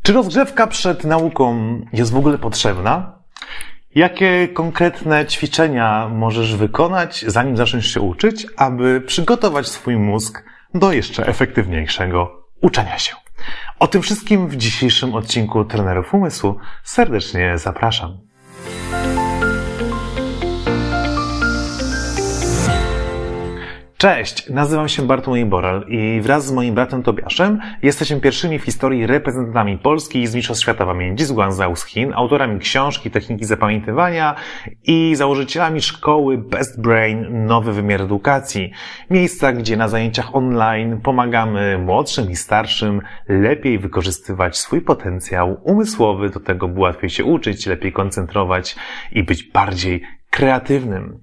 Czy rozgrzewka przed nauką jest w ogóle potrzebna? Jakie konkretne ćwiczenia możesz wykonać, zanim zaczniesz się uczyć, aby przygotować swój mózg do jeszcze efektywniejszego uczenia się? O tym wszystkim w dzisiejszym odcinku Trenerów Umysłu serdecznie zapraszam. Cześć, nazywam się Bartłomiej Borel i wraz z moim bratem Tobiaszem jesteśmy pierwszymi w historii reprezentantami Polski z Mistrzostw Świata Pamięci z Guangzhou z Chin, autorami książki Techniki Zapamiętywania i założycielami szkoły Best Brain Nowy Wymiar Edukacji. Miejsca, gdzie na zajęciach online pomagamy młodszym i starszym lepiej wykorzystywać swój potencjał umysłowy do tego, by łatwiej się uczyć, lepiej koncentrować i być bardziej kreatywnym.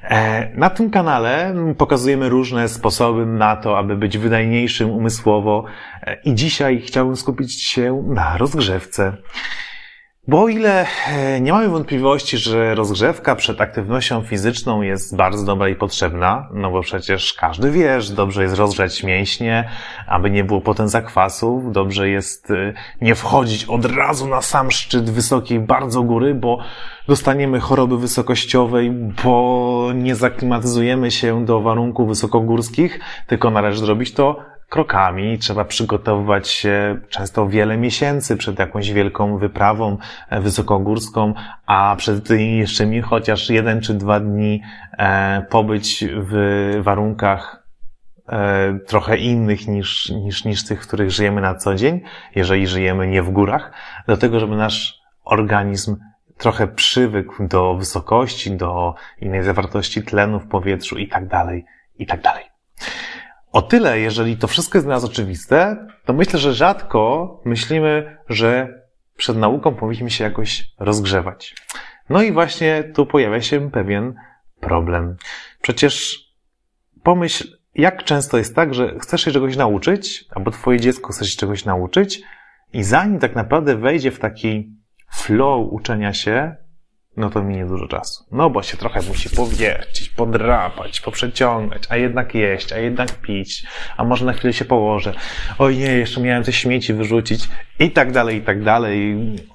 Na tym kanale pokazujemy różne sposoby na to, aby być wydajniejszym umysłowo i dzisiaj chciałbym skupić się na rozgrzewce. Bo o ile nie mamy wątpliwości, że rozgrzewka przed aktywnością fizyczną jest bardzo dobra i potrzebna, no bo przecież każdy wie, że dobrze jest rozgrzać mięśnie, aby nie było potem zakwasów, dobrze jest nie wchodzić od razu na sam szczyt wysokiej bardzo góry, bo dostaniemy choroby wysokościowej, bo nie zaklimatyzujemy się do warunków wysokogórskich, tylko należy zrobić to krokami. Trzeba przygotowywać się często wiele miesięcy przed jakąś wielką wyprawą wysokogórską, a przed tym jeszcze chociaż 1 czy 2 dni pobyć w warunkach trochę innych niż tych, w których żyjemy na co dzień, jeżeli żyjemy nie w górach, do tego, żeby nasz organizm trochę przywykł do wysokości, do innej zawartości tlenu w powietrzu i tak dalej, i tak dalej. O tyle, jeżeli to wszystko jest dla nas oczywiste, to myślę, że rzadko myślimy, że przed nauką powinniśmy się jakoś rozgrzewać. No i właśnie tu pojawia się pewien problem. Przecież pomyśl, jak często jest tak, że chcesz się czegoś nauczyć, albo twoje dziecko chce się czegoś nauczyć i zanim tak naprawdę wejdzie w taki flow uczenia się, no to minie dużo czasu. No bo się trochę musi powiercić, podrapać, poprzeciągać, a jednak jeść, a jednak pić, a może na chwilę się położę. Oj nie, jeszcze miałem te śmieci wyrzucić i tak dalej, i tak dalej.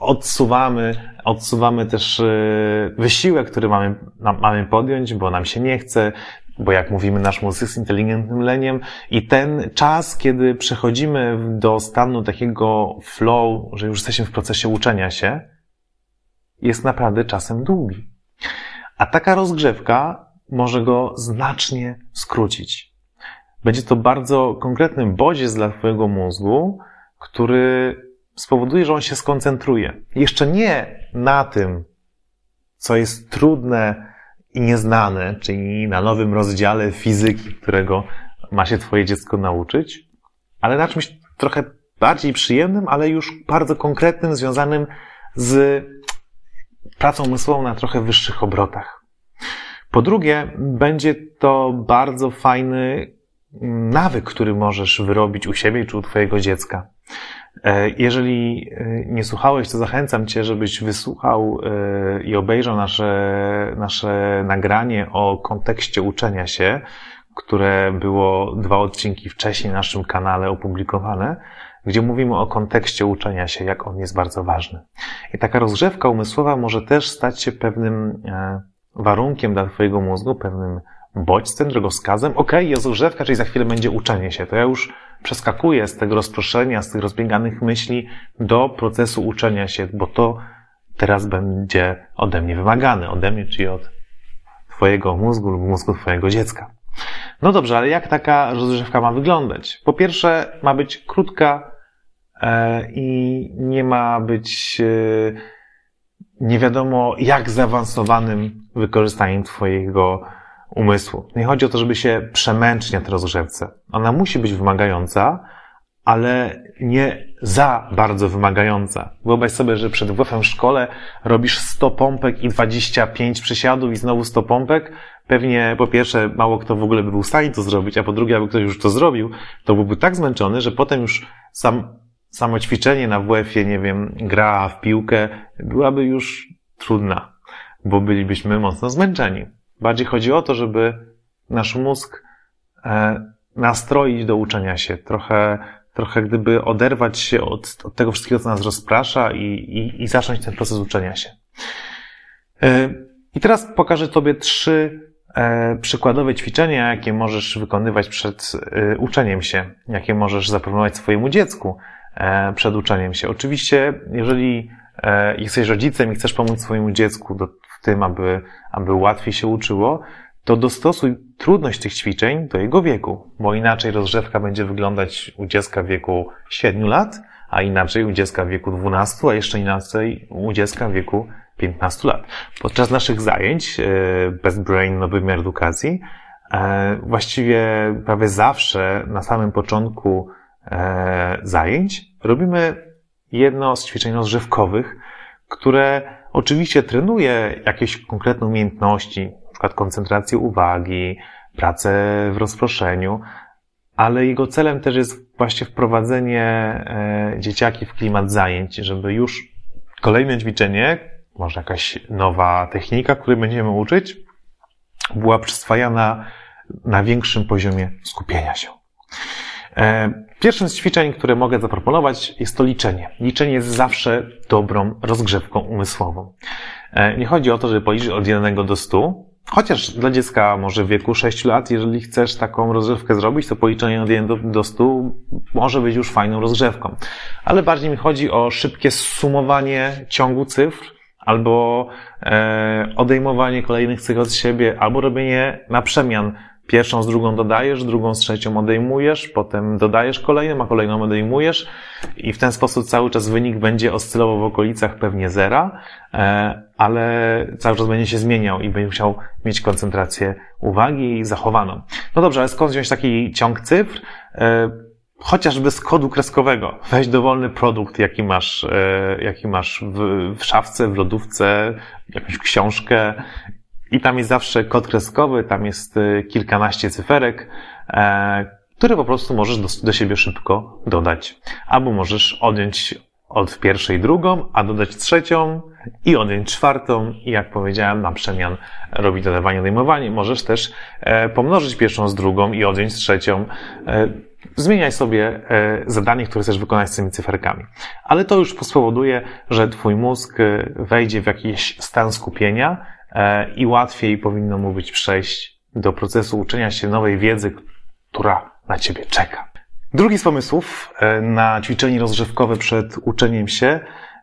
Odsuwamy też wysiłek, który mamy podjąć, bo nam się nie chce, bo jak mówimy, nasz mózg jest inteligentnym leniem i ten czas, kiedy przechodzimy do stanu takiego flow, że już jesteśmy w procesie uczenia się, jest naprawdę czasem długi. A taka rozgrzewka może go znacznie skrócić. Będzie to bardzo konkretny bodziec dla twojego mózgu, który spowoduje, że on się skoncentruje. Jeszcze nie na tym, co jest trudne i nieznane, czyli na nowym rozdziale fizyki, którego ma się twoje dziecko nauczyć, ale na czymś trochę bardziej przyjemnym, ale już bardzo konkretnym, związanym z pracą umysłową na trochę wyższych obrotach. Po drugie, będzie to bardzo fajny nawyk, który możesz wyrobić u siebie czy u twojego dziecka. Jeżeli nie słuchałeś, to zachęcam cię, żebyś wysłuchał i obejrzał nasze nagranie o kontekście uczenia się, które było 2 odcinki wcześniej na naszym kanale opublikowane, gdzie mówimy o kontekście uczenia się, jak on jest bardzo ważny. I taka rozgrzewka umysłowa może też stać się pewnym warunkiem dla twojego mózgu, pewnym bodźcem, drogowskazem. Jest rozgrzewka, czyli za chwilę będzie uczenie się. To ja już przeskakuję z tego rozproszenia, z tych rozbieganych myśli do procesu uczenia się, bo to teraz będzie ode mnie wymagane. Ode mnie, czyli od twojego mózgu lub mózgu twojego dziecka. No dobrze, ale jak taka rozgrzewka ma wyglądać? Po pierwsze, ma być krótka i nie ma być nie wiadomo jak zaawansowanym wykorzystaniem twojego umysłu. Nie chodzi o to, żeby się przemęczyć na tej rozgrzewce. Ona musi być wymagająca, ale nie za bardzo wymagająca. Wyobraź sobie, że przed WF-em w szkole robisz 100 pompek i 25 przysiadów i znowu 100 pompek. Pewnie po pierwsze mało kto w ogóle by był w stanie to zrobić, a po drugie, aby ktoś już to zrobił, to byłby tak zmęczony, że potem już samo ćwiczenie na WF-ie, nie wiem, gra w piłkę byłaby już trudna, bo bylibyśmy mocno zmęczeni. Bardziej chodzi o to, żeby nasz mózg nastroić do uczenia się, trochę trochę gdyby oderwać się od tego wszystkiego, co nas rozprasza i zacząć ten proces uczenia się. I teraz pokażę Tobie 3 przykładowe ćwiczenia, jakie możesz wykonywać przed uczeniem się, jakie możesz zaproponować swojemu dziecku przed uczeniem się. Oczywiście, jeżeli jesteś rodzicem i chcesz pomóc swojemu dziecku w tym, aby łatwiej się uczyło, to dostosuj trudność tych ćwiczeń do jego wieku, bo inaczej rozgrzewka będzie wyglądać u dziecka w wieku 7 lat, a inaczej u dziecka w wieku 12, a jeszcze inaczej u dziecka w wieku 15 lat. Podczas naszych zajęć Best Brain, nowy wymiar edukacji, właściwie prawie zawsze na samym początku zajęć robimy jedno z ćwiczeń rozgrzewkowych, które oczywiście trenuje jakieś konkretne umiejętności, na przykład koncentrację uwagi, pracę w rozproszeniu, ale jego celem też jest właśnie wprowadzenie dzieciaki w klimat zajęć, żeby już kolejne ćwiczenie, może jakaś nowa technika, której będziemy uczyć, była przyswajana na większym poziomie skupienia się. Pierwszym z ćwiczeń, które mogę zaproponować, jest to liczenie. Liczenie jest zawsze dobrą rozgrzewką umysłową. Nie chodzi o to, żeby policzyć od 1 do 100, chociaż dla dziecka może w wieku 6 lat, jeżeli chcesz taką rozgrzewkę zrobić, to policzenie od 1 do 100 może być już fajną rozgrzewką. Ale bardziej mi chodzi o szybkie zsumowanie ciągu cyfr, albo odejmowanie kolejnych cyfr od siebie, albo robienie na przemian. Pierwszą z drugą dodajesz, drugą z trzecią odejmujesz, potem dodajesz kolejną, a kolejną odejmujesz i w ten sposób cały czas wynik będzie oscylował w okolicach pewnie 0, ale cały czas będzie się zmieniał i będzie musiał mieć koncentrację uwagi zachowaną. No dobrze, ale skąd wziąć taki ciąg cyfr? Chociażby z kodu kreskowego. Weź dowolny produkt, jaki masz w szafce, w lodówce, jakąś książkę i tam jest zawsze kod kreskowy, tam jest kilkanaście cyferek, które po prostu możesz do siebie szybko dodać. Albo możesz odjąć od pierwszej drugą, a dodać trzecią i odjąć czwartą i jak powiedziałem, na przemian robić dodawanie, odejmowanie. Możesz też pomnożyć pierwszą z drugą i odjąć trzecią. Zmieniaj sobie zadanie, które chcesz wykonać z tymi cyferkami. Ale to już spowoduje, że twój mózg wejdzie w jakiś stan skupienia i łatwiej powinno mu być przejść do procesu uczenia się nowej wiedzy, która na ciebie czeka. Drugi z pomysłów na ćwiczenie rozgrzewkowe przed uczeniem się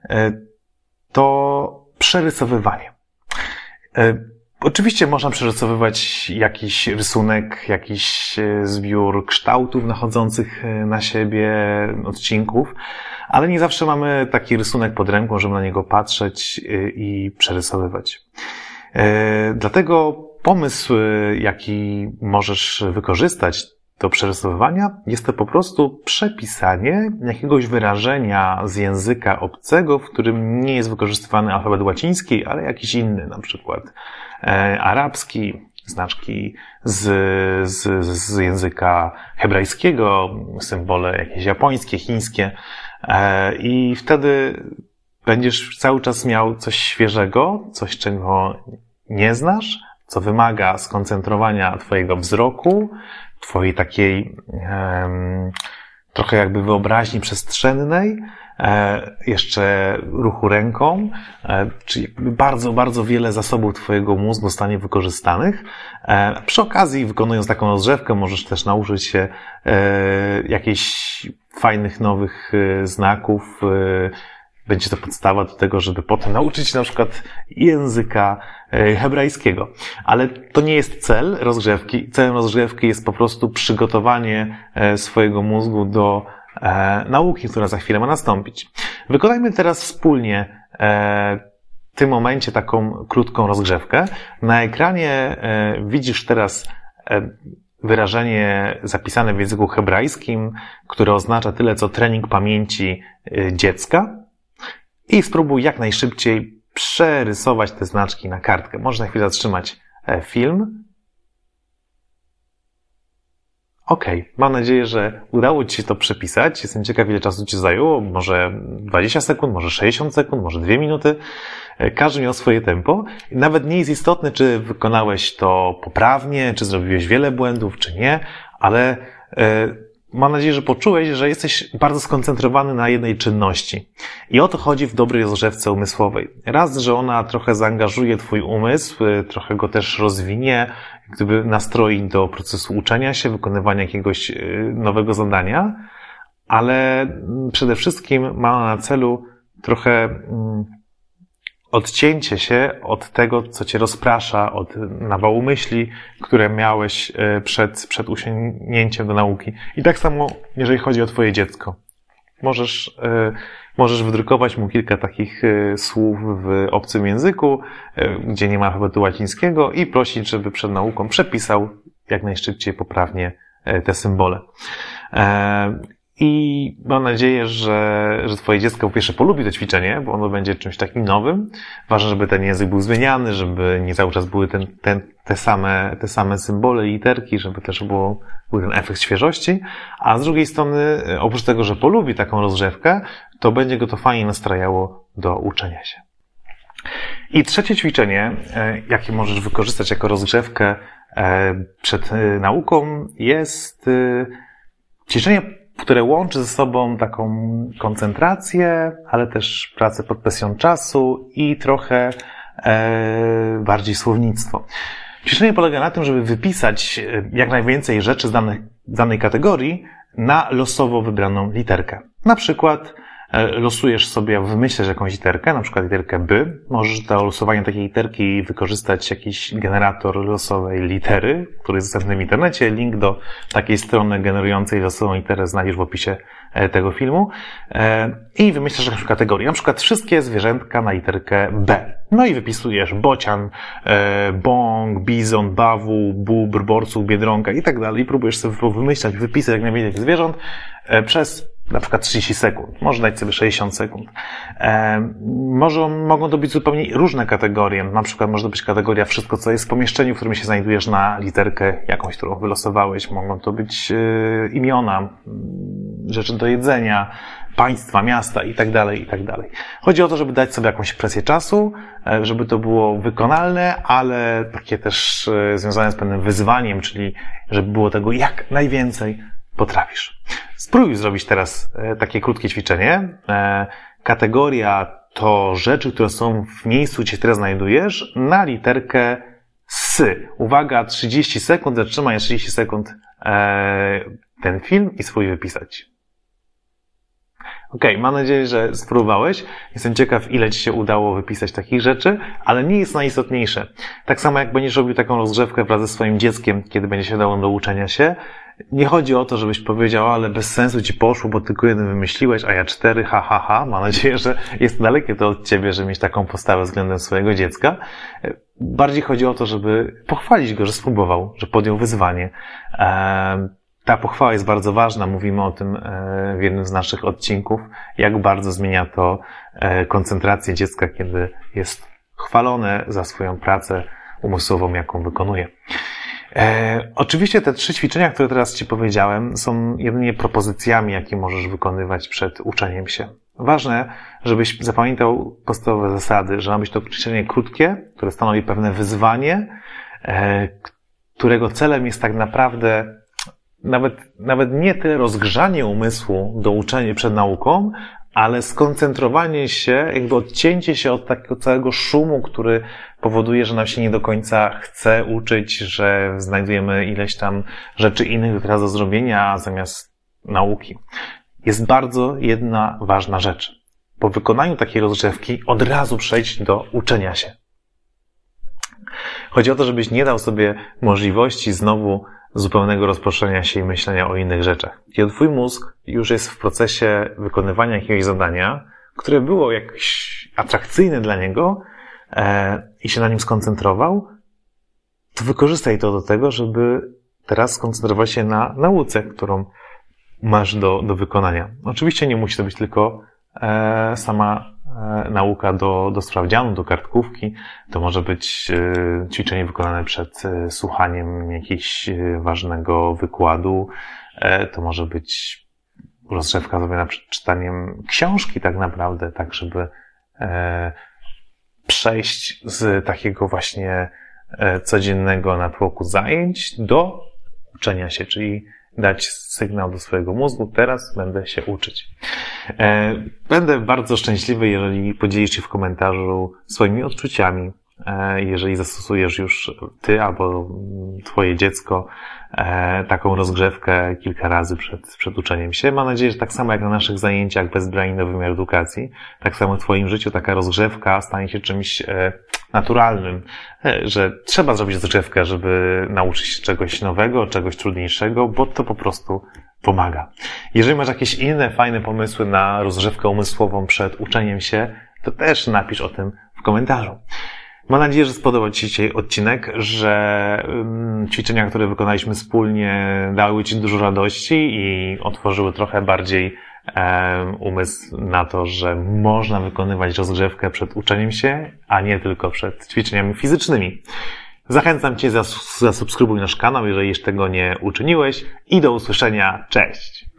to przerysowywanie. Oczywiście można przerysowywać jakiś rysunek, jakiś zbiór kształtów nachodzących na siebie odcinków, ale nie zawsze mamy taki rysunek pod ręką, żeby na niego patrzeć i przerysowywać. Dlatego pomysł, jaki możesz wykorzystać do przerysowywania, jest to po prostu przepisanie jakiegoś wyrażenia z języka obcego, w którym nie jest wykorzystywany alfabet łaciński, ale jakiś inny, na przykład arabski, znaczki z języka hebrajskiego, symbole jakieś japońskie, chińskie i wtedy będziesz cały czas miał coś świeżego, coś, czego nie znasz, co wymaga skoncentrowania twojego wzroku, twojej takiej trochę jakby wyobraźni przestrzennej, jeszcze ruchu ręką, czyli bardzo, bardzo wiele zasobów twojego mózgu zostanie wykorzystanych. Przy okazji, wykonując taką rozgrzewkę, możesz też nauczyć się jakichś fajnych, nowych znaków. Będzie to podstawa do tego, żeby potem nauczyć się na przykład języka hebrajskiego. Ale to nie jest cel rozgrzewki. Celem rozgrzewki jest po prostu przygotowanie swojego mózgu do nauki, która za chwilę ma nastąpić. Wykonajmy teraz wspólnie w tym momencie taką krótką rozgrzewkę. Na ekranie widzisz teraz wyrażenie zapisane w języku hebrajskim, które oznacza tyle, co trening pamięci dziecka. I spróbuj jak najszybciej przerysować te znaczki na kartkę. Można na chwilę zatrzymać film. Mam nadzieję, że udało ci się to przepisać. Jestem ciekaw, ile czasu ci zajęło. Może 20 sekund, może 60 sekund, może 2 minuty. Każdy miał swoje tempo. Nawet nie jest istotne, czy wykonałeś to poprawnie, czy zrobiłeś wiele błędów, czy nie, ale mam nadzieję, że poczułeś, że jesteś bardzo skoncentrowany na jednej czynności. I o to chodzi w dobrej rozgrzewce umysłowej. Raz, że ona trochę zaangażuje twój umysł, trochę go też rozwinie, gdyby nastroi do procesu uczenia się, wykonywania jakiegoś nowego zadania, ale przede wszystkim ma ona na celu trochę odcięcie się od tego, co cię rozprasza, od nawału myśli, które miałeś przed usiągnięciem do nauki. I tak samo, jeżeli chodzi o twoje dziecko. Możesz wydrukować mu kilka takich słów w obcym języku, gdzie nie ma alfabetu łacińskiego i prosić, żeby przed nauką przepisał jak najszybciej poprawnie te symbole. I mam nadzieję, że twoje dziecko po pierwsze polubi to ćwiczenie, bo ono będzie czymś takim nowym. Ważne, żeby ten język był zmieniany, żeby nie cały czas były te same symbole i literki, żeby też był ten efekt świeżości. A z drugiej strony, oprócz tego, że polubi taką rozgrzewkę, to będzie go to fajnie nastrajało do uczenia się. I trzecie ćwiczenie, jakie możesz wykorzystać jako rozgrzewkę przed nauką, jest ćwiczenie, które łączy ze sobą taką koncentrację, ale też pracę pod presją czasu i trochę bardziej słownictwo. Ćwiczenie polega na tym, żeby wypisać jak najwięcej rzeczy z danej kategorii na losowo wybraną literkę. Na przykład losujesz sobie, wymyślisz jakąś literkę, na przykład literkę B. Możesz do losowania takiej literki wykorzystać jakiś generator losowej litery, który jest dostępny w internecie. Link do takiej strony generującej losową literę znajdziesz w opisie tego filmu. I wymyślasz jakąś kategorię. Na przykład wszystkie zwierzętka na literkę B. No i wypisujesz bocian, bąk, bizon, bawu, bóbr, borsuch, biedronka i tak dalej. I próbujesz sobie wymyślać, wypisać jak najwięcej zwierząt przez na przykład 30 sekund. Można dać sobie 60 sekund. Mogą to być zupełnie różne kategorie. Na przykład może to być kategoria wszystko, co jest w pomieszczeniu, w którym się znajdujesz na literkę jakąś, którą wylosowałeś. Mogą to być imiona, rzeczy do jedzenia, państwa, miasta i tak dalej, i tak dalej. Chodzi o to, żeby dać sobie jakąś presję czasu, żeby to było wykonalne, ale takie też związane z pewnym wyzwaniem, czyli żeby było tego jak najwięcej potrafisz. Spróbuj zrobić teraz takie krótkie ćwiczenie. Kategoria to rzeczy, które są w miejscu, gdzie się teraz znajdujesz, na literkę S. Uwaga, 30 sekund, zatrzymaj na 30 sekund ten film i spróbuj wypisać. Okej, mam nadzieję, że spróbowałeś. Jestem ciekaw, ile ci się udało wypisać takich rzeczy, ale nie jest najistotniejsze. Tak samo jak będziesz robił taką rozgrzewkę wraz ze swoim dzieckiem, kiedy będzie się dało do uczenia się, nie chodzi o to, żebyś powiedział, ale bez sensu ci poszło, bo tylko jeden wymyśliłeś, a ja 4, ha, ha, ha. Mam nadzieję, że jest dalekie to od ciebie, żeby mieć taką postawę względem swojego dziecka. Bardziej chodzi o to, żeby pochwalić go, że spróbował, że podjął wyzwanie. Ta pochwała jest bardzo ważna. Mówimy o tym w jednym z naszych odcinków, jak bardzo zmienia to koncentrację dziecka, kiedy jest chwalone za swoją pracę umysłową, jaką wykonuje. Oczywiście te 3 ćwiczenia, które teraz ci powiedziałem, są jedynie propozycjami, jakie możesz wykonywać przed uczeniem się. Ważne, żebyś zapamiętał podstawowe zasady, że ma być to ćwiczenie krótkie, które stanowi pewne wyzwanie, którego celem jest tak naprawdę nawet nie tyle rozgrzanie umysłu do uczenia przed nauką, ale skoncentrowanie się, jakby odcięcie się od takiego całego szumu, który powoduje, że nam się nie do końca chce uczyć, że znajdujemy ileś tam rzeczy innych teraz do zrobienia zamiast nauki. Jest bardzo jedna ważna rzecz. Po wykonaniu takiej rozgrzewki od razu przejść do uczenia się. Chodzi o to, żebyś nie dał sobie możliwości znowu zupełnego rozproszenia się i myślenia o innych rzeczach. Kiedy twój mózg już jest w procesie wykonywania jakiegoś zadania, które było jakieś atrakcyjne dla niego i się na nim skoncentrował, to wykorzystaj to do tego, żeby teraz skoncentrować się na nauce, którą masz do wykonania. Oczywiście nie musi to być tylko sama nauka do sprawdzianu, do kartkówki. To może być ćwiczenie wykonane przed słuchaniem jakiegoś ważnego wykładu. To może być rozgrzewka zrobiona przed czytaniem książki tak naprawdę, tak żeby przejść z takiego właśnie codziennego natłoku zajęć do uczenia się, czyli dać sygnał do swojego mózgu, teraz będę się uczyć. Będę bardzo szczęśliwy, jeżeli podzielisz się w komentarzu swoimi odczuciami, jeżeli zastosujesz już ty albo twoje dziecko taką rozgrzewkę kilka razy przed uczeniem się. Mam nadzieję, że tak samo jak na naszych zajęciach bezbranny wymiar edukacji, tak samo w twoim życiu taka rozgrzewka stanie się czymś naturalnym, że trzeba zrobić rozgrzewkę, żeby nauczyć się czegoś nowego, czegoś trudniejszego, bo to po prostu pomaga. Jeżeli masz jakieś inne fajne pomysły na rozgrzewkę umysłową przed uczeniem się, to też napisz o tym w komentarzu. Mam nadzieję, że spodobał Ci się dzisiaj odcinek, że ćwiczenia, które wykonaliśmy wspólnie, dały Ci dużo radości i otworzyły trochę bardziej umysł na to, że można wykonywać rozgrzewkę przed uczeniem się, a nie tylko przed ćwiczeniami fizycznymi. Zachęcam Cię, zasubskrybuj nasz kanał, jeżeli jeszcze tego nie uczyniłeś i do usłyszenia. Cześć!